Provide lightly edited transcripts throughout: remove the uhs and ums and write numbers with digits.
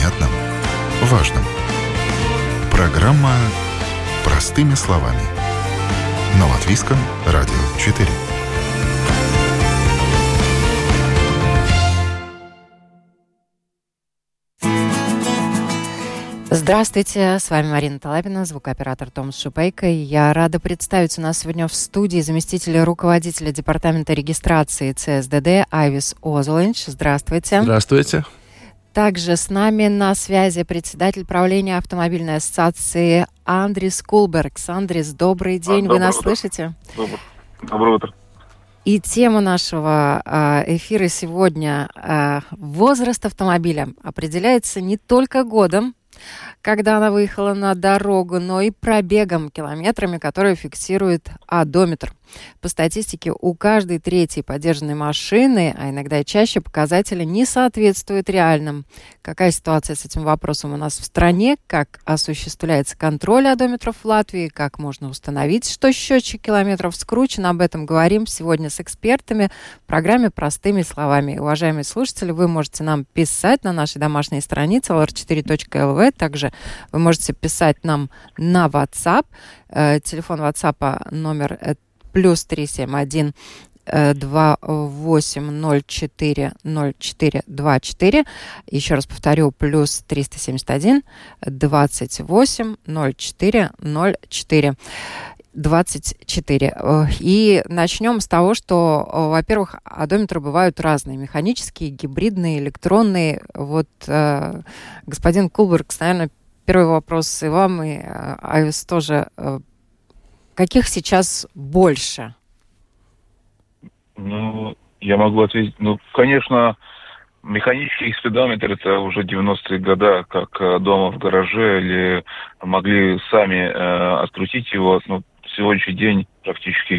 понятном, важном. Программа «Простыми словами» на Латвийском радио 4. Здравствуйте, с вами Марина Талапина, звукооператор Томас Шупейко. Я рада представить у нас сегодня в студии заместителя руководителя департамента регистрации ЦСДД Айвис Озолинч. Здравствуйте. Здравствуйте. Также с нами на связи председатель правления автомобильной ассоциации Андрис Кулбергс. Андрис, добрый день, вы нас слышите? Доброе утро. И тема нашего эфира сегодня возраст автомобиля определяется не только годом, когда она выехала на дорогу, но и пробегом, километрами, которые фиксирует одометр. По статистике, у каждой третьей подержанной машины, а иногда и чаще, показатели не соответствуют реальным. Какая ситуация с этим вопросом у нас в стране? Как осуществляется контроль одометров в Латвии? Как можно установить, что счетчик километров скручен? Об этом говорим сегодня с экспертами в программе «Простыми словами». Уважаемые слушатели, вы можете нам писать на нашей домашней странице lr4.lv. Также вы можете писать нам на WhatsApp. Телефон WhatsApp номер плюс 371 2804 0424. Еще раз повторю, плюс 371 28 04 04 24. И начнем с того, что, во-первых, одометры бывают разные. Механические, гибридные, электронные. Вот, господин Кулбергс, наверное, первый вопрос и вам, и Айвис тоже. Каких сейчас больше? Я могу ответить. Конечно, механический спидометр — это уже 90-е годы, как дома в гараже, или могли сами открутить его. В сегодняшний день практически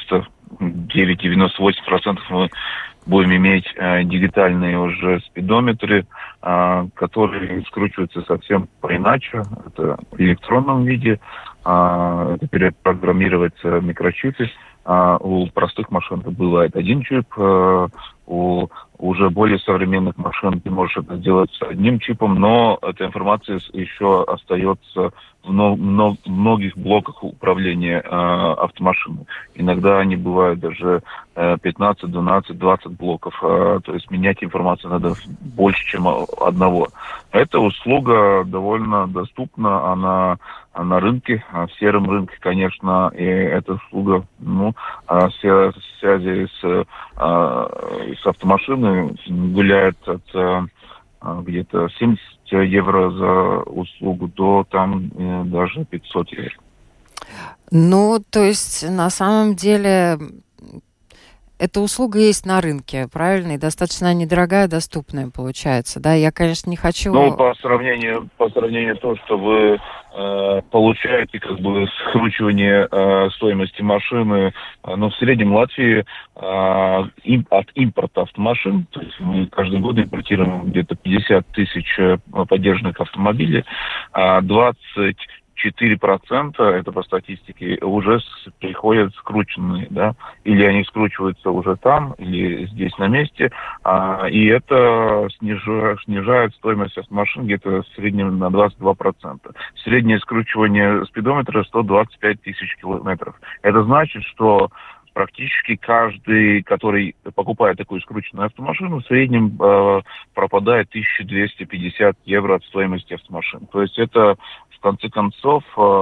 99-98% мы будем иметь дигитальные уже спидометры, которые скручиваются совсем поиначе. Это в электронном виде, это перепрограммируется микрочипы. У простых машин бывает один чип, у уже более современных машин ты можешь это сделать с одним чипом, но эта информация еще остается в многих блоках управления автомашиной. Иногда они бывают даже 15, 12, 20 блоков, то есть менять информацию надо больше, чем одного. Эта услуга довольно доступна, она на рынке, в сером рынке, конечно, и эта услуга, в связи с автомашиной гуляет от где-то 70 евро за услугу до там даже 500 евро. То есть на самом деле эта услуга есть на рынке, правильно? И достаточно недорогая, доступная получается, да? Я, конечно, не хочу... по сравнению то, что вы получаете скручивание стоимости машины, в среднем Латвии от импорта автомашин, то есть мы каждый год импортируем где-то 50 тысяч подержанных автомобилей, 24%, это по статистике, уже приходят скрученные, да, или они скручиваются уже там, или здесь на месте, и это снижает стоимость автомашин где-то в среднем на 22%. Среднее скручивание спидометра 125 тысяч километров. Это значит, что практически каждый, который покупает такую скрученную автомашину, в среднем пропадает 1250 евро от стоимости автомашины. То есть это, в конце концов,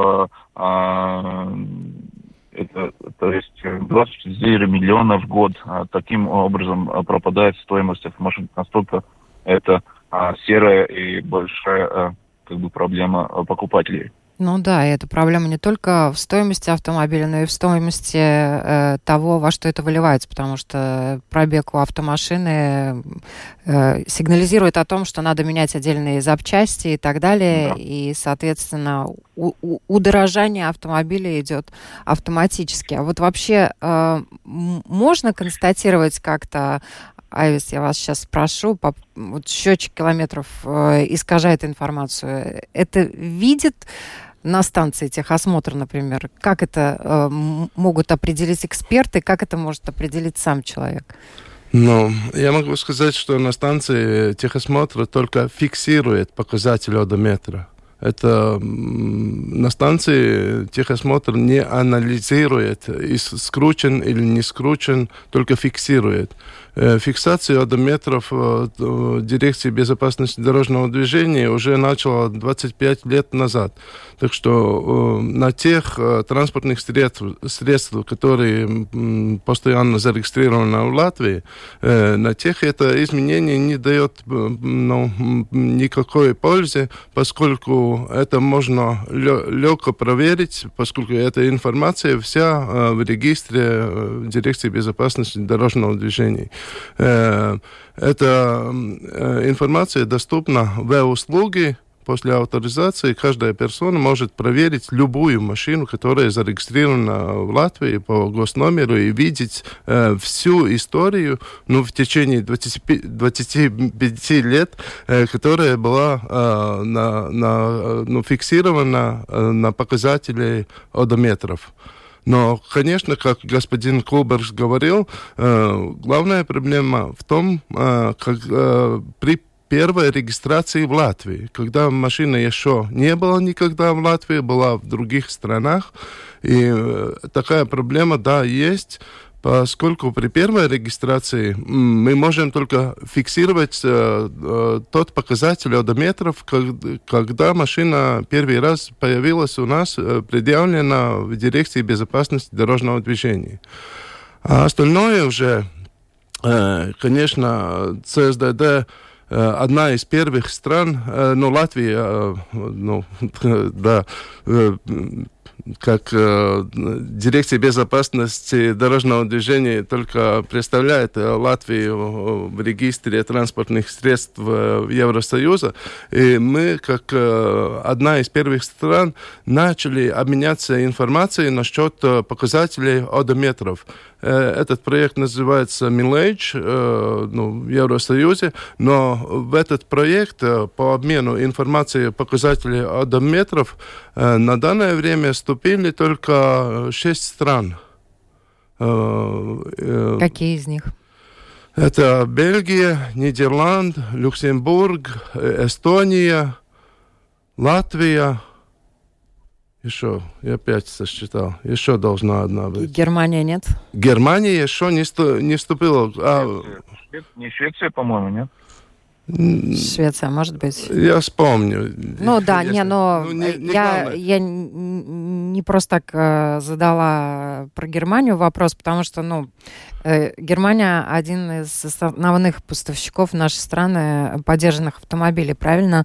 это, то есть 24 миллиона в год таким образом пропадает стоимость автомашин. Настолько это серая и большая проблема покупателей. Эта проблема не только в стоимости автомобиля, но и в стоимости того, во что это выливается, потому что пробег у автомашины сигнализирует о том, что надо менять отдельные запчасти и так далее, да. И, соответственно, удорожание автомобиля идет автоматически. А вот вообще можно констатировать как-то, Айвис, я вас сейчас спрошу, счетчик километров искажает информацию. Это видит на станции техосмотр, например? Как это могут определить эксперты, как это может определить сам человек? Ну, я могу сказать, что на станции техосмотра только фиксирует показатель одометра. Это на станции техосмотр не анализирует, скручен или не скручен, только фиксирует. Фиксацию одометров Дирекции безопасности дорожного движения уже начала 25 лет назад. Так что на тех транспортных средствах, которые постоянно зарегистрированы в Латвии, на тех это изменение не дает никакой пользы, поскольку это можно легко проверить, поскольку эта информация вся в регистре Дирекции безопасности дорожного движения. Эта информация доступна в услуге. После авторизации каждая персона может проверить любую машину, которая зарегистрирована в Латвии по госномеру, и видеть всю историю в течение 25 лет, которая была фиксирована на показателе одометров. Но, конечно, как господин Кулберс говорил, главная проблема в том, как при первой регистрации в Латвии, когда машина еще не была никогда в Латвии, была в других странах, и такая проблема, да, есть, поскольку при первой регистрации мы можем только фиксировать тот показатель одометров, когда машина первый раз появилась у нас, предъявлена в Дирекции безопасности дорожного движения. А остальное уже, конечно, ЦСДД одна из первых стран, Латвия, да, как Дирекция безопасности дорожного движения только представляет Латвию в регистре транспортных средств Евросоюза. И мы, как одна из первых стран, начали обменяться информацией насчет показателей одометров. Этот проект называется Millage в Евросоюзе, но в этот проект по обмену информацией показателей одометров на данное время вступили только 6 стран. Какие из них? Это Бельгия, Нидерланд, Люксембург, Эстония, Латвия. Еще, я опять сосчитал, еще должна одна быть. Германия нет? Германия еще не вступила. Не Швеция, по-моему, нет? Швеция, может быть. Я вспомню. Ну да, я не просто так задала про Германию вопрос, потому что, Германия один из основных поставщиков нашей страны подержанных автомобилей, правильно?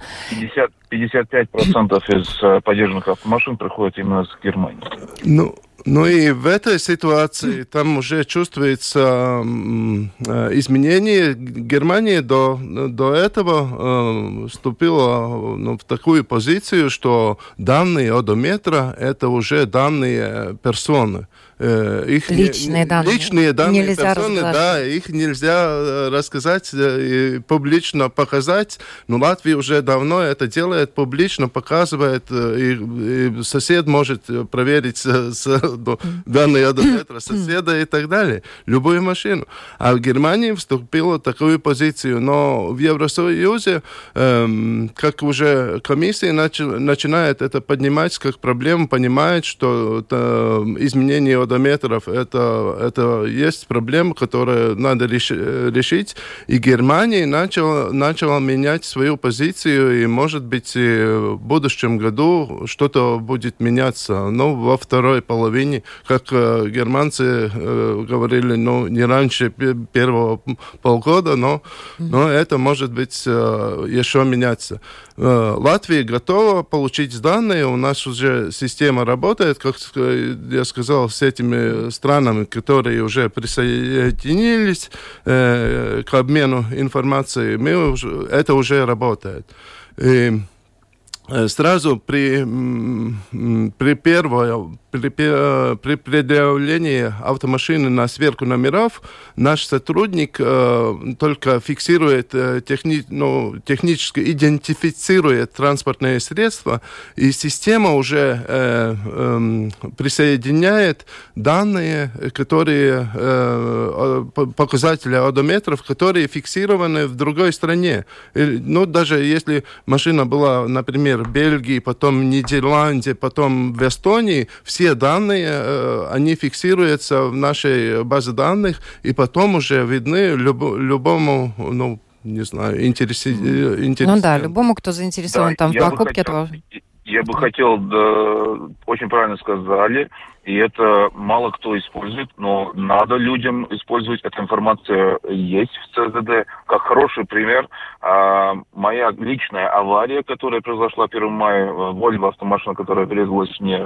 55% из подержанных автомашин приходят именно с Германии. Ну и в этой ситуации там уже чувствуется изменение. Германия до этого вступила в такую позицию, что данные одометра – это уже данные персоны. Личные данные нельзя персоны, да, их нельзя рассказать и публично показать. Но Латвия уже давно это делает, публично показывает, и сосед может проверить данные одометра соседа и так далее, любую машину. А в Германии вступила в такую позицию. Но в Евросоюзе, как уже комиссия начинает это поднимать как проблему, понимает, что изменение одометров это есть проблема, которую надо решить. И Германия начала менять свою позицию, и, может быть, в будущем году что-то будет меняться. Но во второй половине, как германцы говорили, не раньше первого полгода, но это может быть еще меняться. Латвия готова получить данные, у нас уже система работает, как я сказал, с этими странами, которые уже присоединились к обмену информацией, это уже работает. И сразу при при предъявлении автомашины на сверку номеров наш сотрудник только фиксирует, технически идентифицирует транспортные средства, и система уже присоединяет данные, которые показатели одометров, которые фиксированы в другой стране. Даже если машина была, например, в Бельгии, потом в Нидерланде, потом в Эстонии, все данные, они фиксируются в нашей базе данных, и потом уже видны любому, не знаю, любому, кто заинтересован в покупке этого. Я бы хотел, очень правильно сказали, и это мало кто использует, но надо людям использовать. Эта информация есть в ЦЗД. Как хороший пример, моя личная авария, которая произошла 1 мая, Volvo автомашина, которая врезалась мне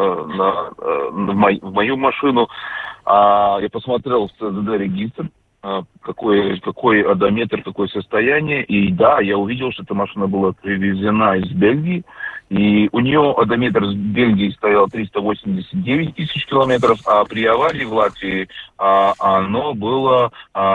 в мою машину, я посмотрел в ЦЗД регистр, какой одометр, какое состояние. И да, я увидел, что эта машина была привезена из Бельгии. И у нее одометр в Бельгии стоял 389 тысяч километров, а при аварии в Латвии оно было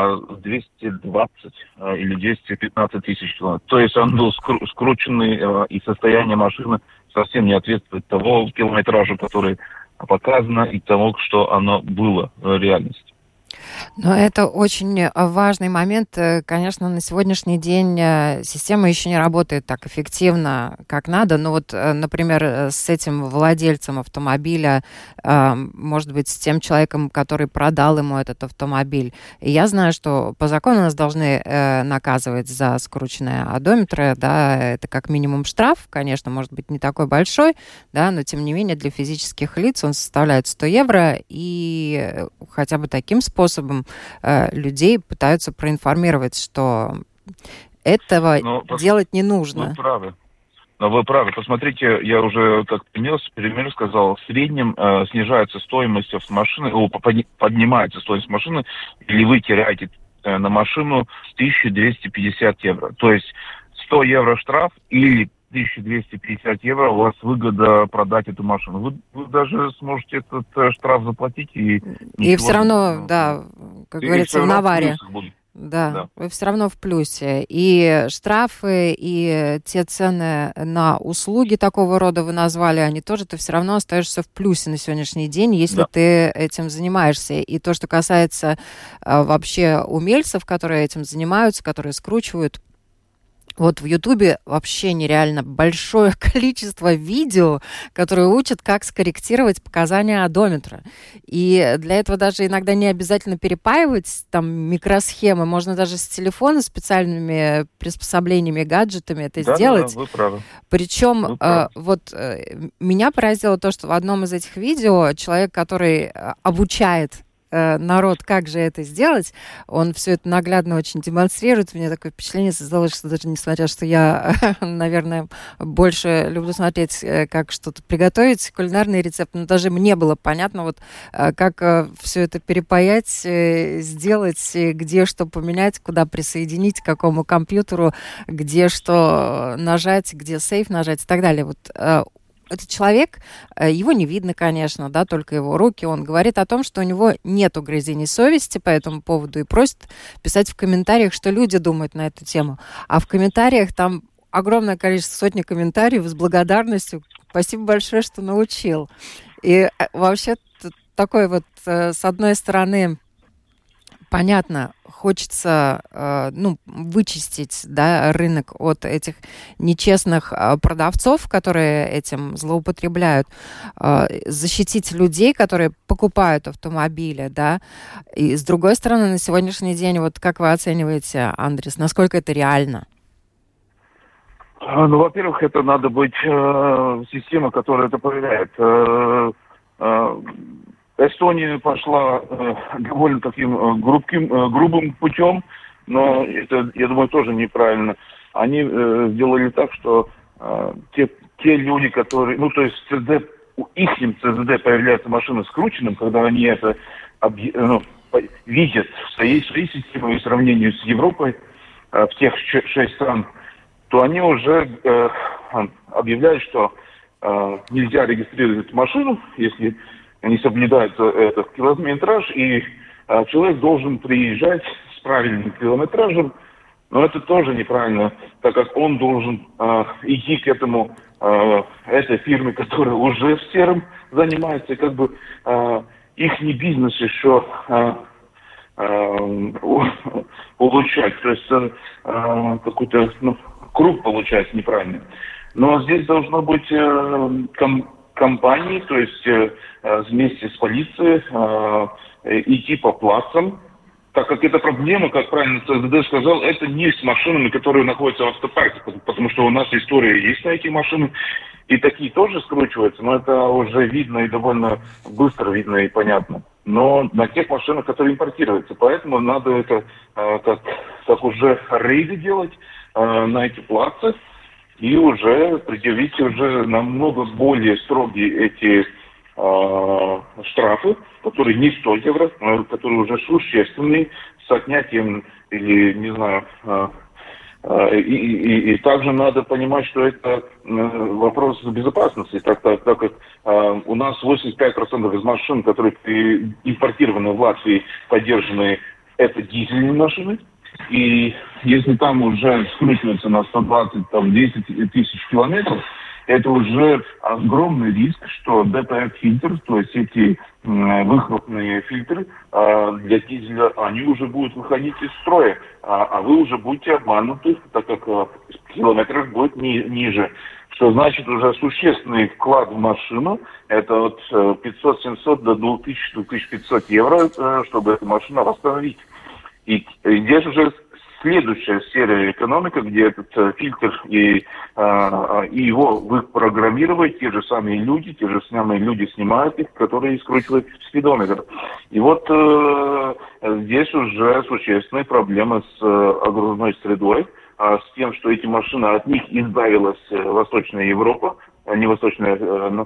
220 или 215 тысяч километров. То есть он был скрученный, и состояние машины совсем не ответствует того километражу, который показано, и тому, что оно было в реальности. Но это очень важный момент. Конечно, на сегодняшний день система еще не работает так эффективно, как надо. Но например, с этим владельцем автомобиля, может быть, с тем человеком, который продал ему этот автомобиль. И я знаю, что по закону нас должны наказывать за скрученные одометры. Да, это как минимум штраф, конечно, может быть, не такой большой, да, но тем не менее для физических лиц он составляет 100 евро. И хотя бы таким способом людей пытаются проинформировать, что этого делать не нужно. Вы правы. Посмотрите, я уже как пример сказал, в среднем снижается стоимость автомашины, поднимается стоимость машины, или вы теряете на машину 1250 евро. То есть 100 евро штраф или 1250 евро у вас выгода продать эту машину. Вы даже сможете этот штраф заплатить. И все равно, как говорится, в наваре. Да, вы все равно в плюсе. И штрафы, и те цены на услуги такого рода вы назвали, они тоже, ты все равно остаешься в плюсе на сегодняшний день, если ты этим занимаешься. И то, что касается вообще умельцев, которые этим занимаются, которые скручивают, в Ютубе вообще нереально большое количество видео, которые учат, как скорректировать показания одометра. И для этого даже иногда не обязательно перепаивать там микросхемы. Можно даже с телефона специальными приспособлениями, гаджетами это сделать. Да, вы правы. Причем меня поразило то, что в одном из этих видео человек, который обучает народ, как же это сделать, он все это наглядно очень демонстрирует. У меня такое впечатление создалось, что даже несмотря, что я, наверное, больше люблю смотреть, как что-то приготовить, кулинарный рецепт, но даже мне было понятно, как все это перепаять, сделать, где что поменять, куда присоединить, к какому компьютеру, где что нажать, где сейф нажать и так далее. Этот человек, его не видно, конечно, да, только его руки. Он говорит о том, что у него нет угрызений совести по этому поводу и просит писать в комментариях, что люди думают на эту тему. А в комментариях там огромное количество, сотни комментариев с благодарностью. Спасибо большое, что научил. И вообще такой с одной стороны, понятно, хочется вычистить рынок от этих нечестных продавцов, которые этим злоупотребляют, защитить людей, которые покупают автомобили, да. И с другой стороны, на сегодняшний день, как вы оцениваете, Андрис, насколько это реально? Во-первых, это надо быть система, которая это проверяет. Эстония пошла довольно таким грубым путем, но это, я думаю, тоже неправильно. Они сделали так, что те люди, которые... то есть их ЦЗД появляется машина скрученным, когда они это видят в своей системе в сравнении с Европой, в тех 6 стран, то они уже объявляют, что нельзя регистрировать машину, если не соблюдается этот километраж, и человек должен приезжать с правильным километражем, но это тоже неправильно, так как он должен идти к этому этой фирме, которая уже в сером занимается, и как бы их бизнес еще улучшать, то есть какой-то круг получается неправильный. Но здесь должно быть компании, то есть вместе с полицией идти по плацам, так как эта проблема, как правильно ЦСДД сказал, это не с машинами, которые находятся в автопарке, потому что у нас история есть на эти машины, и такие тоже скручиваются, но это уже видно и довольно быстро видно и понятно. Но на тех машинах, которые импортируются, поэтому надо это как уже рейды делать на эти плацы и уже предъявить уже намного более строгие эти штрафы, которые не 100 евро, но которые уже существенные, с отнятием или, не знаю, и также надо понимать, что это вопрос безопасности, так как у нас 85% из машин, которые импортированы в Латвии, поддержаны, это дизельные машины. И если там уже скручивается на 120-10 тысяч километров, это уже огромный риск, что ДПФ-фильтр, то есть эти выхлопные фильтры для дизеля, они уже будут выходить из строя, а вы уже будете обмануты, так как километраж будет ниже. Что значит уже существенный вклад в машину, это от 500-700 до 2000-2500 евро, чтобы эту машину восстановить. И здесь уже следующая серия экономика, где этот фильтр и его вы программируете, те же самые люди снимают их, которые скручивают спидометр. И вот здесь уже существенные проблемы с окружной средой, с тем, что эти машины, от них избавилась Восточная Европа, не Восточная,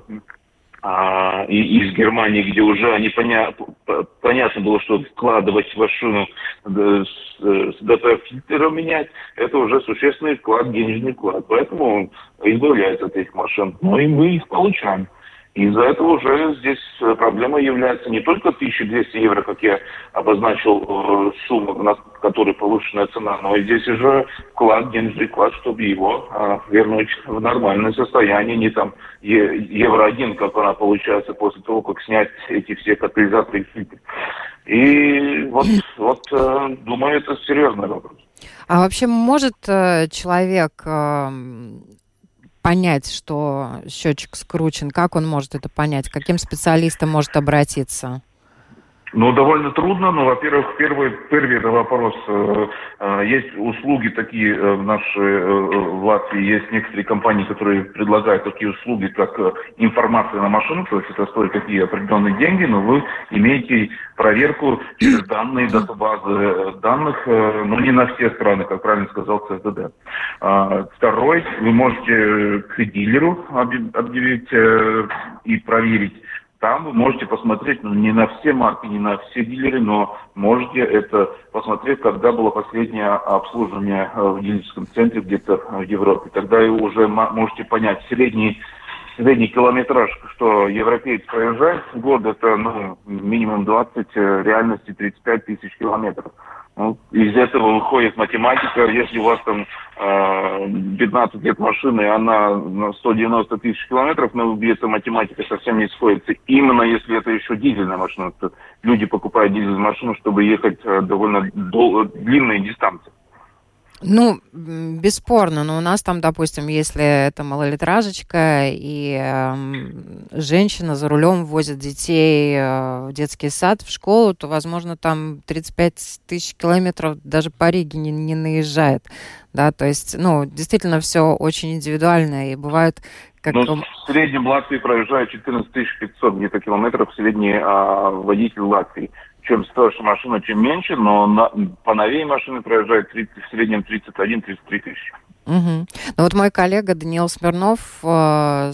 и из Германии, где уже они понятно было, что вкладывать в машину с ДПФ-фильтром менять, это уже существенный вклад, денежный вклад. Поэтому избавляются от этих машин. Но и мы их получаем. Из-за этого уже здесь проблема является не только 1200 евро, как я обозначил сумму, на которой повышенная цена, но и здесь уже вклад, денежный вклад, чтобы его вернуть в нормальное состояние, не там евро 1, как она получается после того, как снять эти все катализаторы и фильтры. И вот думаю, это серьезный вопрос. А вообще может человек понять, что счетчик скручен? Как он может это понять? К каким специалистам может обратиться? Ну, довольно трудно, но, во-первых, первый это вопрос. Есть услуги такие в Латвии, есть некоторые компании, которые предлагают такие услуги, как информация на машину, то есть это стоит какие определенные деньги, но вы имеете проверку через данные, датабазы данных, но не на все страны, как правильно сказал ЦСДД. Второй, вы можете к дилеру объявить и проверить. Там вы можете посмотреть, не на все марки, не на все дилеры, но можете это посмотреть, когда было последнее обслуживание в дилерском центре где-то в Европе. Тогда вы уже можете понять средний километраж, что европеец проезжает в год, это минимум 20, реальности 35 тысяч километров. Из этого выходит математика. Если у вас там 15 лет машины, и она на 190 тысяч километров, эта математика совсем не сходится. Именно если это еще дизельная машина. То люди покупают дизельную машину, чтобы ехать довольно длинные дистанции. Бесспорно, но у нас там, допустим, если это малолитражечка и женщина за рулем возит детей в детский сад, в школу, то, возможно, там 35 тысяч километров даже по Риге не наезжает. Да, то есть, действительно, все очень индивидуально, и бывает... в среднем в Латвии проезжает 14 500 где-то километров средний водитель Латвии. Чем старше машина, чем меньше, но поновее машины проезжают в среднем 31-33 тысячи. Угу. Мой коллега Даниил Смирнов на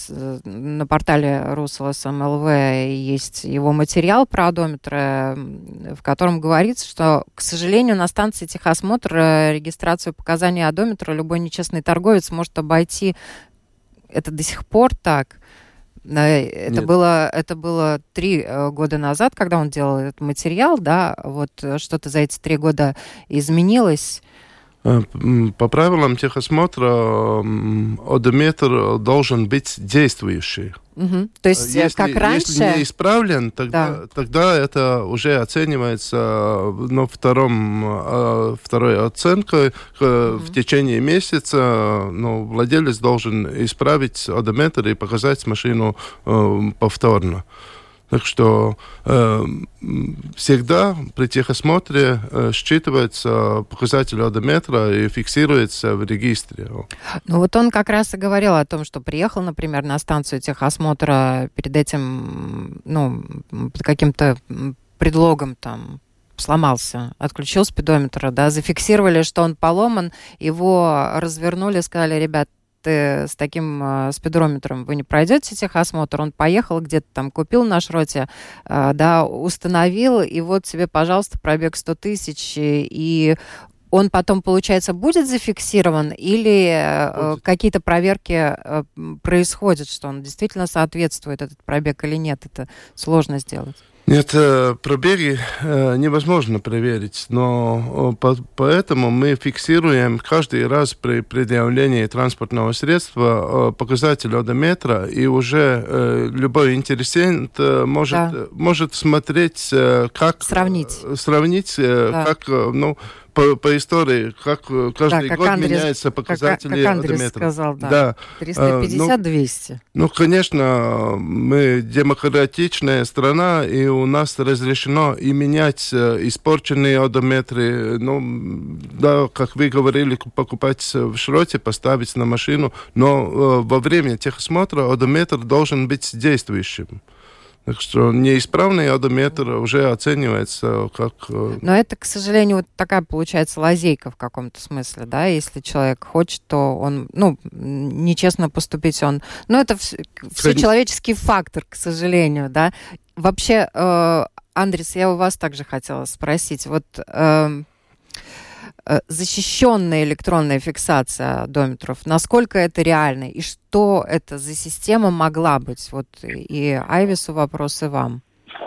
портале РусЛСМЛВ есть его материал про одометры, в котором говорится, что, к сожалению, на станции техосмотр регистрацию показаний одометра любой нечестный торговец может обойти это до сих пор так? Это было 3 года назад, когда он делал этот материал, да? Вот что-то за эти 3 года изменилось? По правилам техосмотра одометр должен быть действующий. Угу. То есть, как раньше... Если не исправлен, тогда это уже оценивается второй оценкой. В течение месяца владелец должен исправить одометр и показать машину повторно. Так что всегда при техосмотре считывается показатель одометра и фиксируется в регистре. Ну вот он как раз и говорил о том, что приехал, например, на станцию техосмотра перед этим, под каким-то предлогом там сломался, отключил спидометр, да, зафиксировали, что он поломан, его развернули, сказали: ребят, с таким спидометром вы не пройдете техосмотр. Он поехал где-то там, купил на шроте, да, установил, и вот тебе, пожалуйста, пробег 100 тысяч, и он потом, получается, будет зафиксирован, или какие-то проверки происходят, что он действительно соответствует, этот пробег, или нет? Это сложно сделать. Нет, пробеги невозможно проверить, но поэтому мы фиксируем каждый раз при предъявлении транспортного средства показатель одометра, и уже любой интересент может смотреть, как... Сравнить, как... По истории, как каждый год меняются показатели как Андрей одометра. Сказал, да. 350-200. Конечно, мы демократичная страна, и у нас разрешено и менять испорченные одометры. Как вы говорили, покупать в шроте, поставить на машину, но во время техосмотра одометр должен быть действующим. Так что неисправный одометр уже оценивается как... Но это, к сожалению, вот такая получается лазейка в каком-то смысле, да? Если человек хочет, то он, нечестно поступить, он... Но это все человеческий фактор, к сожалению, да? Вообще, Андрис, я у вас также хотела спросить. Вот защищенная электронная фиксация одометров, насколько это реально, и что это за система могла быть? Вот и Айвису вопрос, и вам.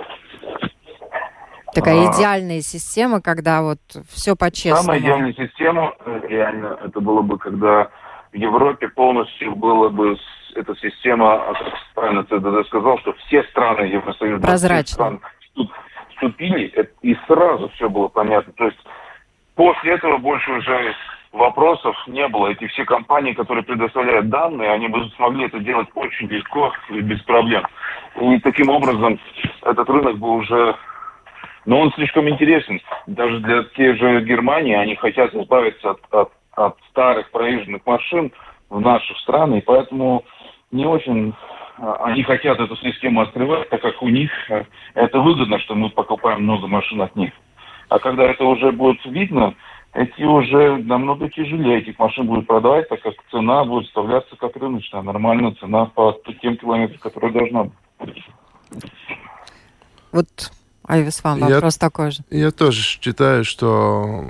Такая идеальная система, когда вот все по-честному. Самая идеальная система, реально, это было бы, когда в Европе полностью была бы эта система, как правильно ЦДД сказал, что все страны Евросоюза прозрачно вступили, и сразу все было понятно. То есть после этого больше уже вопросов не было. Эти все компании, которые предоставляют данные, они бы смогли это делать очень легко и без проблем. И таким образом этот рынок бы уже... Но он слишком интересен. Даже для тех же Германии они хотят избавиться от старых проезженных машин в наши страны, и поэтому не очень они хотят эту систему открывать, так как у них это выгодно, что мы покупаем много машин от них. А когда это уже будет видно, эти уже намного тяжелее этих машин будут продавать, так как цена будет вставляться как рыночная, нормальная цена по тем километрам, которые должна быть. Вот, Айвис, вам вопрос такой же. Я тоже считаю, что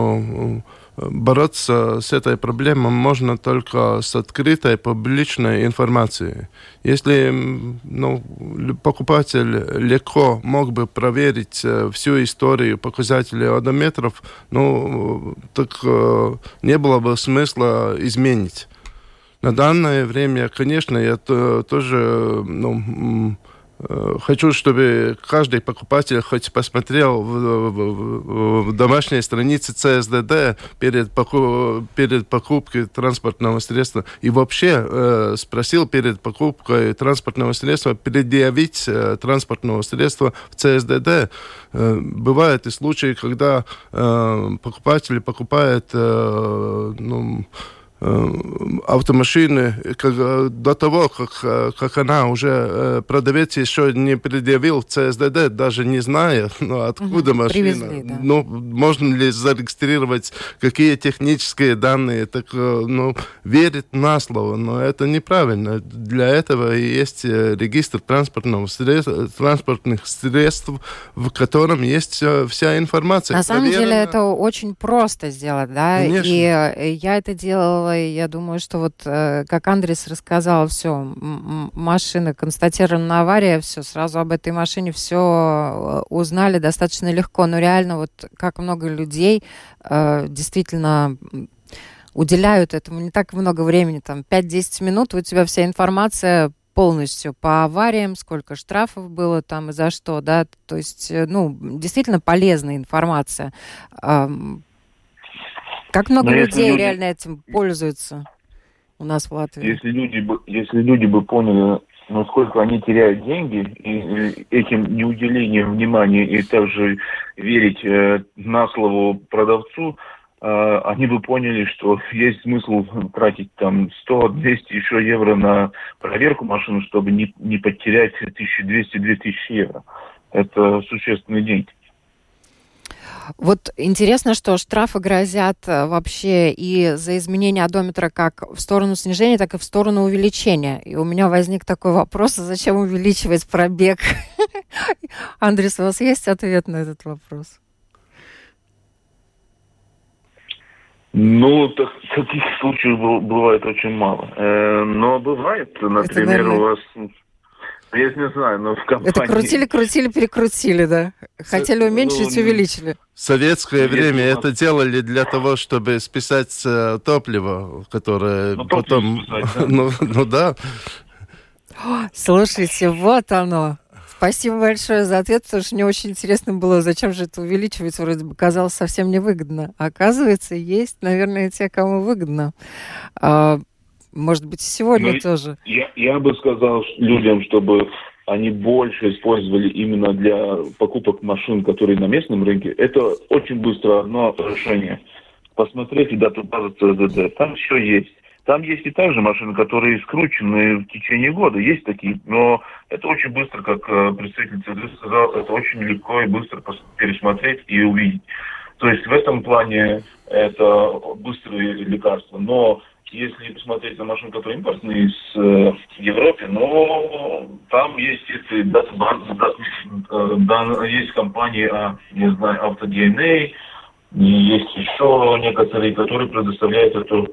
бороться с этой проблемой можно только с открытой публичной информацией. Если покупатель легко мог бы проверить всю историю показателей одометров, так не было бы смысла изменить. На данное время, конечно, я тоже... Хочу, чтобы каждый покупатель хоть посмотрел в домашней странице ЦСДД перед покупкой транспортного средства и вообще спросил перед покупкой транспортного средства предъявить транспортного средства в ЦСДД. Бывают и случаи, когда покупатель покупает автомашины до того, как она уже продавец еще не предъявил в ЦСДД, даже не зная, откуда машина. Привезли, да. Можно ли зарегистрировать, какие технические данные, так верить на слово, но это неправильно. Для этого и есть регистр транспортных средств, в котором есть вся информация. На самом деле это очень просто сделать, да? Конечно. И я это делала правило, и я думаю, что вот, как Андрис рассказал, все, машина констатирована авария, все, сразу об этой машине все узнали достаточно легко, но реально вот как много людей действительно уделяют этому не так много времени, там 5-10 минут, у тебя вся информация полностью по авариям, сколько штрафов было там и за что, да, то есть, ну, действительно полезная информация. Как много людей реально этим пользуются у нас в Латвии? Если люди бы поняли, насколько они теряют деньги, и этим неуделением внимания, и также верить на слово продавцу, они бы поняли, что есть смысл тратить там 100-200 еще евро на проверку машины, чтобы не потерять 1200-2000 евро. Это существенные деньги. Вот интересно, что штрафы грозят вообще и за изменение одометра как в сторону снижения, так и в сторону увеличения. И у меня возник такой вопрос, зачем увеличивать пробег? Андрис, у вас есть ответ на этот вопрос? Ну, таких случаев бывает очень мало. Но бывает, например, это, у вас... Я не знаю, но в компании... Это крутили, перекрутили, да? Хотели уменьшить, увеличили. В советское время это делали для того, чтобы списать топливо, которое потом... Ну да. Слушайте, вот оно. Спасибо большое за ответ, потому что мне очень интересно было, зачем же это увеличивать, вроде бы казалось совсем невыгодно. А оказывается, есть, наверное, те, кому выгодно. Может быть, сегодня тоже. Я бы сказал людям, чтобы они больше использовали именно для покупок машин, которые на местном рынке. Это очень быстро одно решение. Посмотрите дату базы ЦЗД, там все есть. Там есть и также машины, которые скручены в течение года. Есть такие, но это очень быстро, как представитель ЦЗД сказал, это очень легко и быстро пересмотреть и увидеть. То есть в этом плане это быстрые лекарства. Но если посмотреть на машины, которые импортные из Европы, но там есть есть компании, не знаю, AutoDNA, и есть еще некоторые, которые предоставляют эту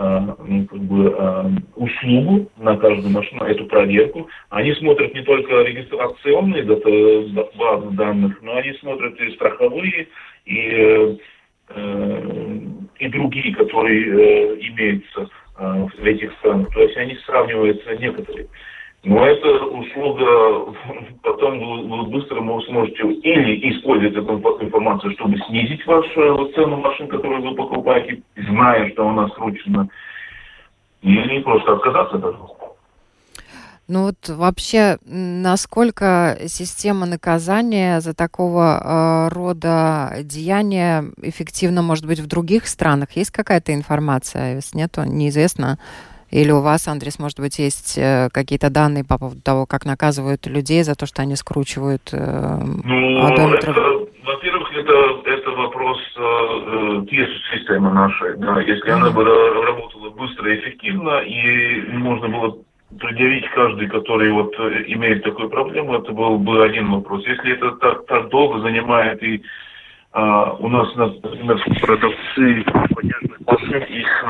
услугу на каждую машину, эту проверку. Они смотрят не только регистрационные базы данных, но они смотрят и страховые, и другие, которые имеются в этих странах. То есть они сравниваются некоторые. Но эта услуга, потом вы быстро сможете или использовать эту информацию, чтобы снизить вашу цену машин, которую вы покупаете, зная, что она скручена, или просто отказаться даже. Ну вот вообще, насколько система наказания за такого рода деяния эффективна, может быть, в других странах? Есть какая-то информация? Если нет, то неизвестно. Или у вас, Андрис, может быть, есть какие-то данные по поводу того, как наказывают людей за то, что они скручивают одометры? Во-первых, это вопрос системы нашей. Да. Если она бы работала быстро и эффективно, и можно было предъявить каждый, который вот имеет такую проблему, это был бы один вопрос. Если это так долго занимает, и у нас, например, продавцы понятных машин, их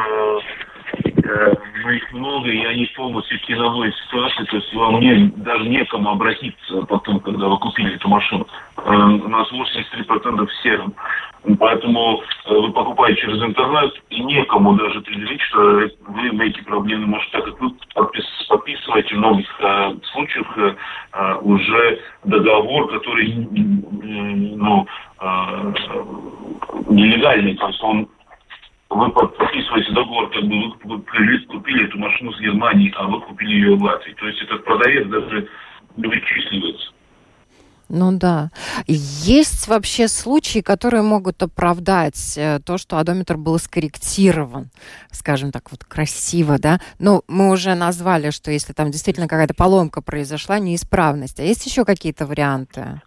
много, и они полностью в тяжелой ситуации, то есть вам даже некому обратиться потом, когда вы купили эту машину. У нас 83% в сером. Поэтому вы покупаете через интернет, и некому даже предъявить, что вы имеете проблемы. Может, так как вы подписываете в многих случаях уже договор, который нелегальный, то есть вы подписываете договор, как бы вы купили эту машину с Германии, а вы купили ее в Латвии. То есть этот продавец даже не вычисливается. Ну да. Есть вообще случаи, которые могут оправдать то, что одометр был скорректирован, скажем так, вот красиво, да? Ну, мы уже назвали, что если там действительно какая-то поломка произошла, неисправность. А есть еще какие-то варианты?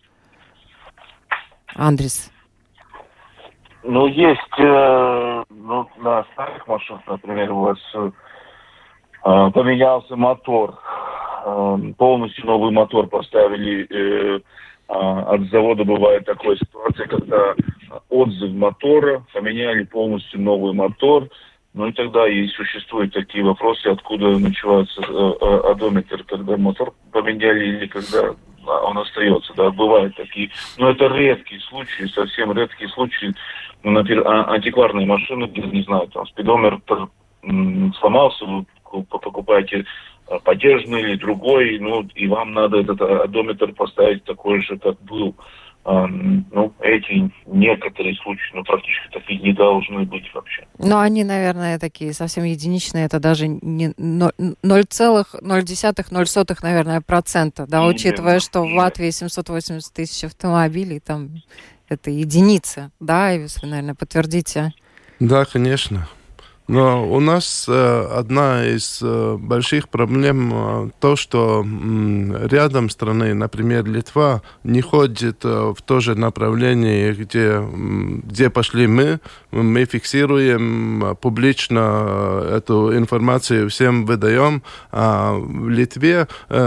Андрис? Ну, есть на старых машинах, например, у вас поменялся мотор, полностью новый мотор поставили. От завода бывает такая ситуация, когда отзыв мотора, поменяли полностью новый мотор, Ну и тогда и существуют такие вопросы, откуда начинается одометр, когда мотор поменяли или когда он остается. Да, бывают такие. Но это редкие случаи, совсем редкие случаи. Ну, например, антикварные машины, где, не знаю, там спидометр сломался, вы покупаете подержанный или другой, ну, и вам надо этот одометр поставить такой же, как был. Ну, эти некоторые случаи, но практически такие не должны быть вообще. Но они, наверное, такие совсем единичные, это даже не 0,0, наверное, процента, да, учитывая, что в Латвии 780 тысяч автомобилей, там это единица, да, и вы, наверное, подтвердите. Да, конечно. Но у нас одна из больших проблем то, что рядом страны, например, Литва, не ходит в то же направление, где пошли мы. Мы фиксируем публично эту информацию, всем выдаем. А в Литве,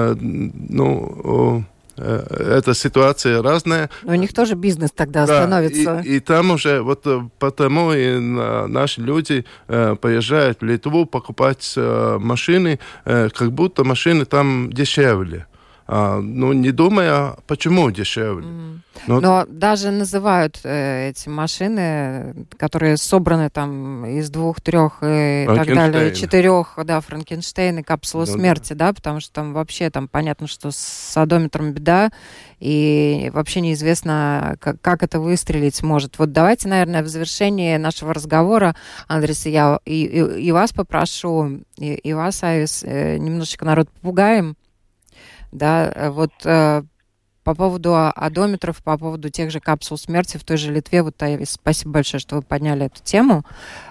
эта ситуация разная. Но у них тоже бизнес тогда становится. И там уже вот потому и наши люди поезжают в Литву покупать машины, как будто машины там дешевле. Не думая, почему дешевле. Но даже называют эти машины, которые собраны там из 2, 3 и так далее, 4, да, Франкенштейн и капсула смерти, да, потому что там вообще там понятно, что с одометром беда, и вообще неизвестно, как это выстрелить может. Вот давайте, наверное, в завершении нашего разговора, Андрис, я и вас попрошу, и вас, Айвис, немножечко народ попугаем. Да, вот по поводу одометров, по поводу тех же капсул смерти в той же Литве, вот, спасибо большое, что вы подняли эту тему.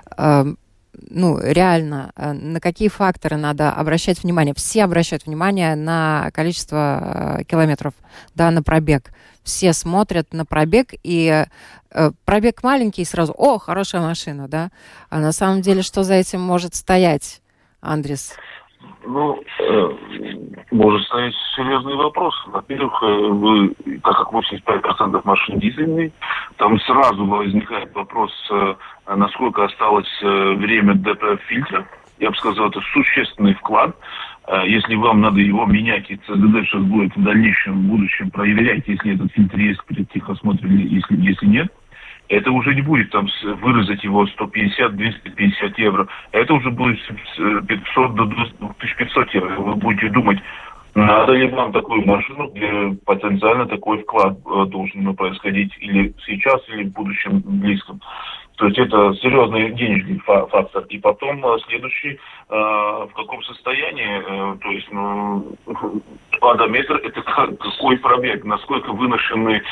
Реально, на какие факторы надо обращать внимание? Все обращают внимание на количество километров, да, на пробег. Все смотрят на пробег, и пробег маленький, и сразу, хорошая машина, да? А на самом деле, что за этим может стоять, Андрис? Может стоять серьезный вопрос. Во-первых, так как 85% машин дизельные, там сразу возникает вопрос, насколько осталось время ДПФ-фильтра. Я бы сказал, это существенный вклад. Если вам надо его менять, и ЦДД сейчас будет в дальнейшем, в будущем проверять, если этот фильтр есть перед техосмотром, если нет. Это уже не будет там выразить его 150-250 евро. Это уже будет 500 до 2500 евро. Вы будете думать, надо ли вам такую машину, где потенциально такой вклад должен происходить или сейчас, или в будущем близком. То есть это серьезный денежный фактор. И потом следующий, в каком состоянии, то есть, одометр, это какой пробег, насколько выношены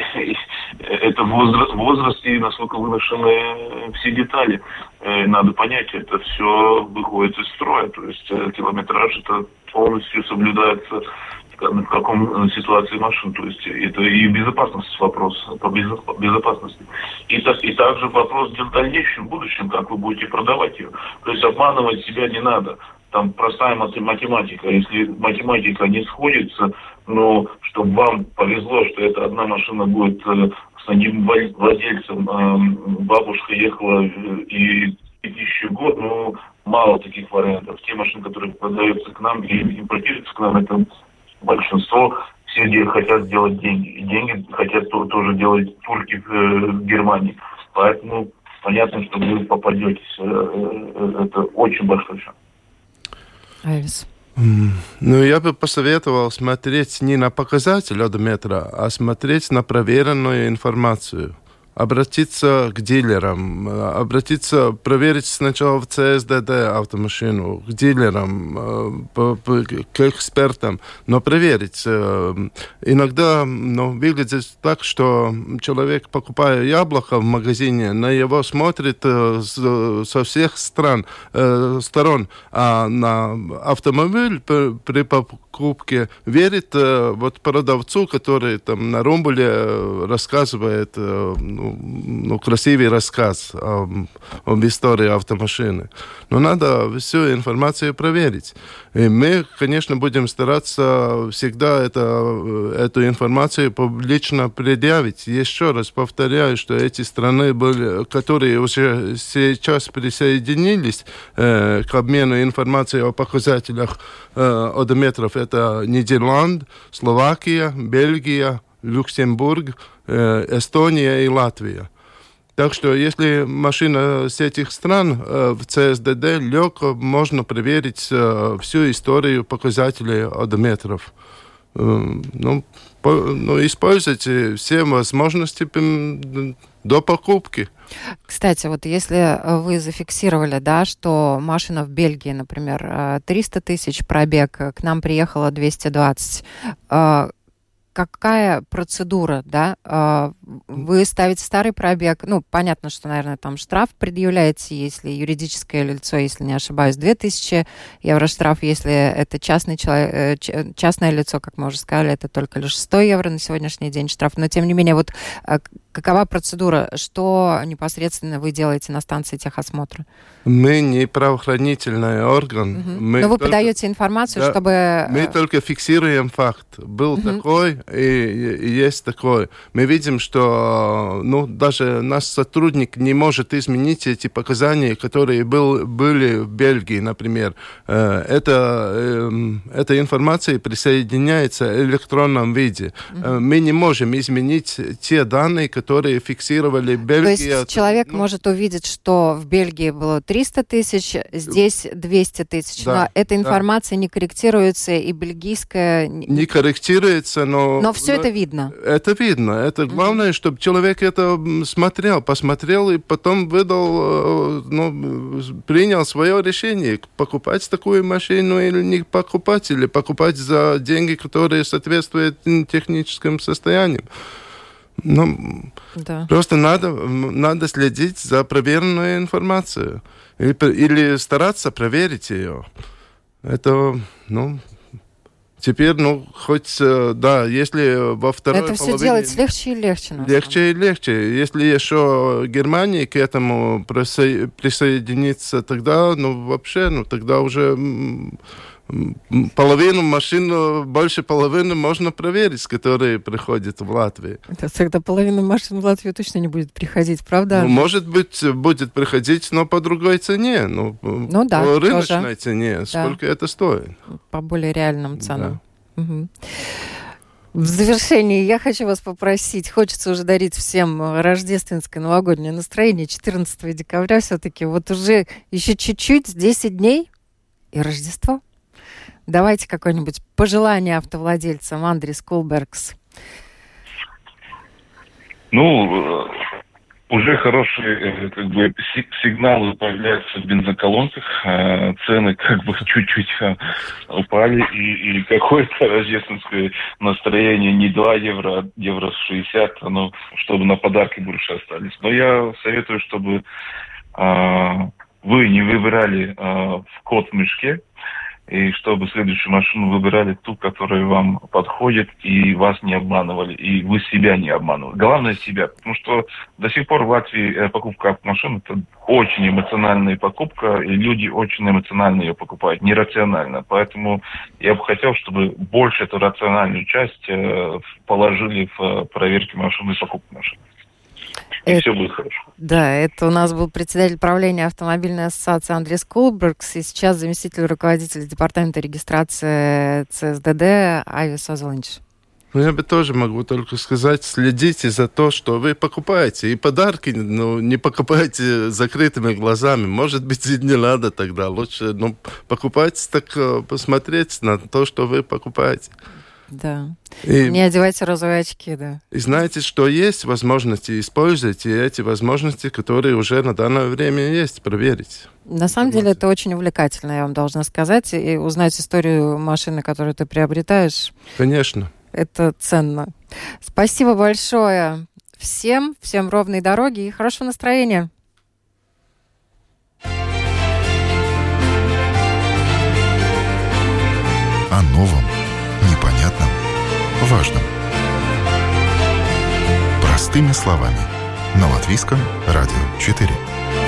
это возраст и насколько выношены все детали. Надо понять, это все выходит из строя. То есть километраж это полностью соблюдается в каком ситуации машин. То есть это и безопасность вопрос, по безопасности. И также вопрос в дальнейшем, в будущем, как вы будете продавать ее. То есть обманывать себя не надо. Там простая математика. Если математика не сходится, но чтобы вам повезло, что эта одна машина будет с одним владельцем, бабушка ехала и 2000 год, мало таких вариантов. Те машины, которые продаются к нам и импортируются к нам, это большинство, все хотят делать деньги. И деньги хотят тоже делать турки в Германии. Поэтому понятно, что вы попадетесь. Это очень большой шаг. Айвис. Я бы посоветовал смотреть не на показатель одометра, а смотреть на проверенную информацию. Обратиться к дилерам, проверить сначала в ЦСДД автомашину, к дилерам, к экспертам, но проверить. Иногда выглядит так, что человек, покупая яблоко в магазине, на его смотрит со всех сторон, а на автомобиль при покупке, верит вот продавцу, который там на румбле рассказывает красивый рассказ об истории автомашины. Но надо всю информацию проверить. И мы, конечно, будем стараться всегда эту информацию публично предъявить. Еще раз повторяю, что эти страны, которые уже сейчас присоединились к обмену информацией о показателях одометров, это Нидерланд, Словакия, Бельгия, Люксембург, Эстония и Латвия. Так что, если машина с этих стран в ЦСДД, легко можно проверить всю историю показателей одометров. Используйте все возможности до покупки. Кстати, вот если вы зафиксировали, да, что машина в Бельгии, например, 300 тысяч пробег, к нам приехала 220, какая процедура, да? Вы ставите старый пробег, понятно, что, наверное, там штраф предъявляете, если юридическое лицо, если не ошибаюсь, 2000 евро штраф, если это частное лицо, как мы уже сказали, это только лишь 100 евро на сегодняшний день штраф. Но, тем не менее, вот какова процедура? Что непосредственно вы делаете на станции техосмотра? Мы не правоохранительный орган. Но вы подаете информацию, чтобы... Мы только фиксируем факт. Был такой и есть такой. Мы видим, что даже наш сотрудник не может изменить эти показания, которые были в Бельгии, например. Эта информация присоединяется в электронном виде. Мы не можем изменить те данные, которые фиксировали Бельгия. То есть человек может увидеть, что в Бельгии было 300 тысяч, здесь 200 тысяч. Да, но эта информация не корректируется, и бельгийская... Не корректируется, но все это видно. Это видно. Это главное, чтобы человек это посмотрел и потом принял свое решение, покупать такую машину или не покупать, или покупать за деньги, которые соответствуют техническим состояниям. Просто надо следить за проверенной информацией или стараться проверить ее. Это, теперь, хоть, если во второй половине... Это все делать легче и легче. Легче и легче. Если еще Германия к этому присоединится, тогда, тогда уже... половину машин, больше половины можно проверить, которые приходят в Латвию. Тогда половина машин в Латвию точно не будет приходить, правда? Может быть, будет приходить, но по другой цене. По рыночной цене. Сколько это стоит? По более реальным ценам. Да. Угу. В завершении я хочу вас попросить, хочется уже дарить всем рождественское новогоднее настроение. 14 декабря все-таки, вот уже еще чуть-чуть, 10 дней и Рождество. Давайте какое-нибудь пожелание автовладельцам. Андрис Кулбергс. Уже хорошие сигналы появляются в бензоколонках. Цены чуть-чуть упали. И какое-то рождественское настроение не 2 евро, а евро 60, чтобы на подарки больше остались. Но я советую, чтобы вы не выбирали кот в мешке, и чтобы следующую машину выбирали ту, которая вам подходит, и вас не обманывали, и вы себя не обманывали. Главное себя, потому что до сих пор в Латвии покупка автомашин – это очень эмоциональная покупка, и люди очень эмоционально ее покупают, нерационально. Поэтому я бы хотел, чтобы больше эту рациональную часть положили в проверки машины и покупку машины. И все будет хорошо. Да, это у нас был председатель правления автомобильной ассоциации Андрис Кулбергс, и сейчас заместитель руководителя департамента регистрации ЦСДД Айвис Озолинч. Я бы тоже могу только сказать, следите за то, что вы покупаете. И подарки не покупайте закрытыми глазами. Может быть, и не надо тогда. Лучше покупайте, так посмотреть на то, что вы покупаете. Да. Не одевайте розовые очки, да. И знаете, что есть возможности, используйте эти возможности, которые уже на данное время есть, проверить. На самом деле это очень увлекательно, я вам должна сказать. И узнать историю машины, которую ты приобретаешь. Конечно. Это ценно. Спасибо большое всем ровной дороги и хорошего настроения. О новом, важном. Простыми словами. На Латвийском радио 4.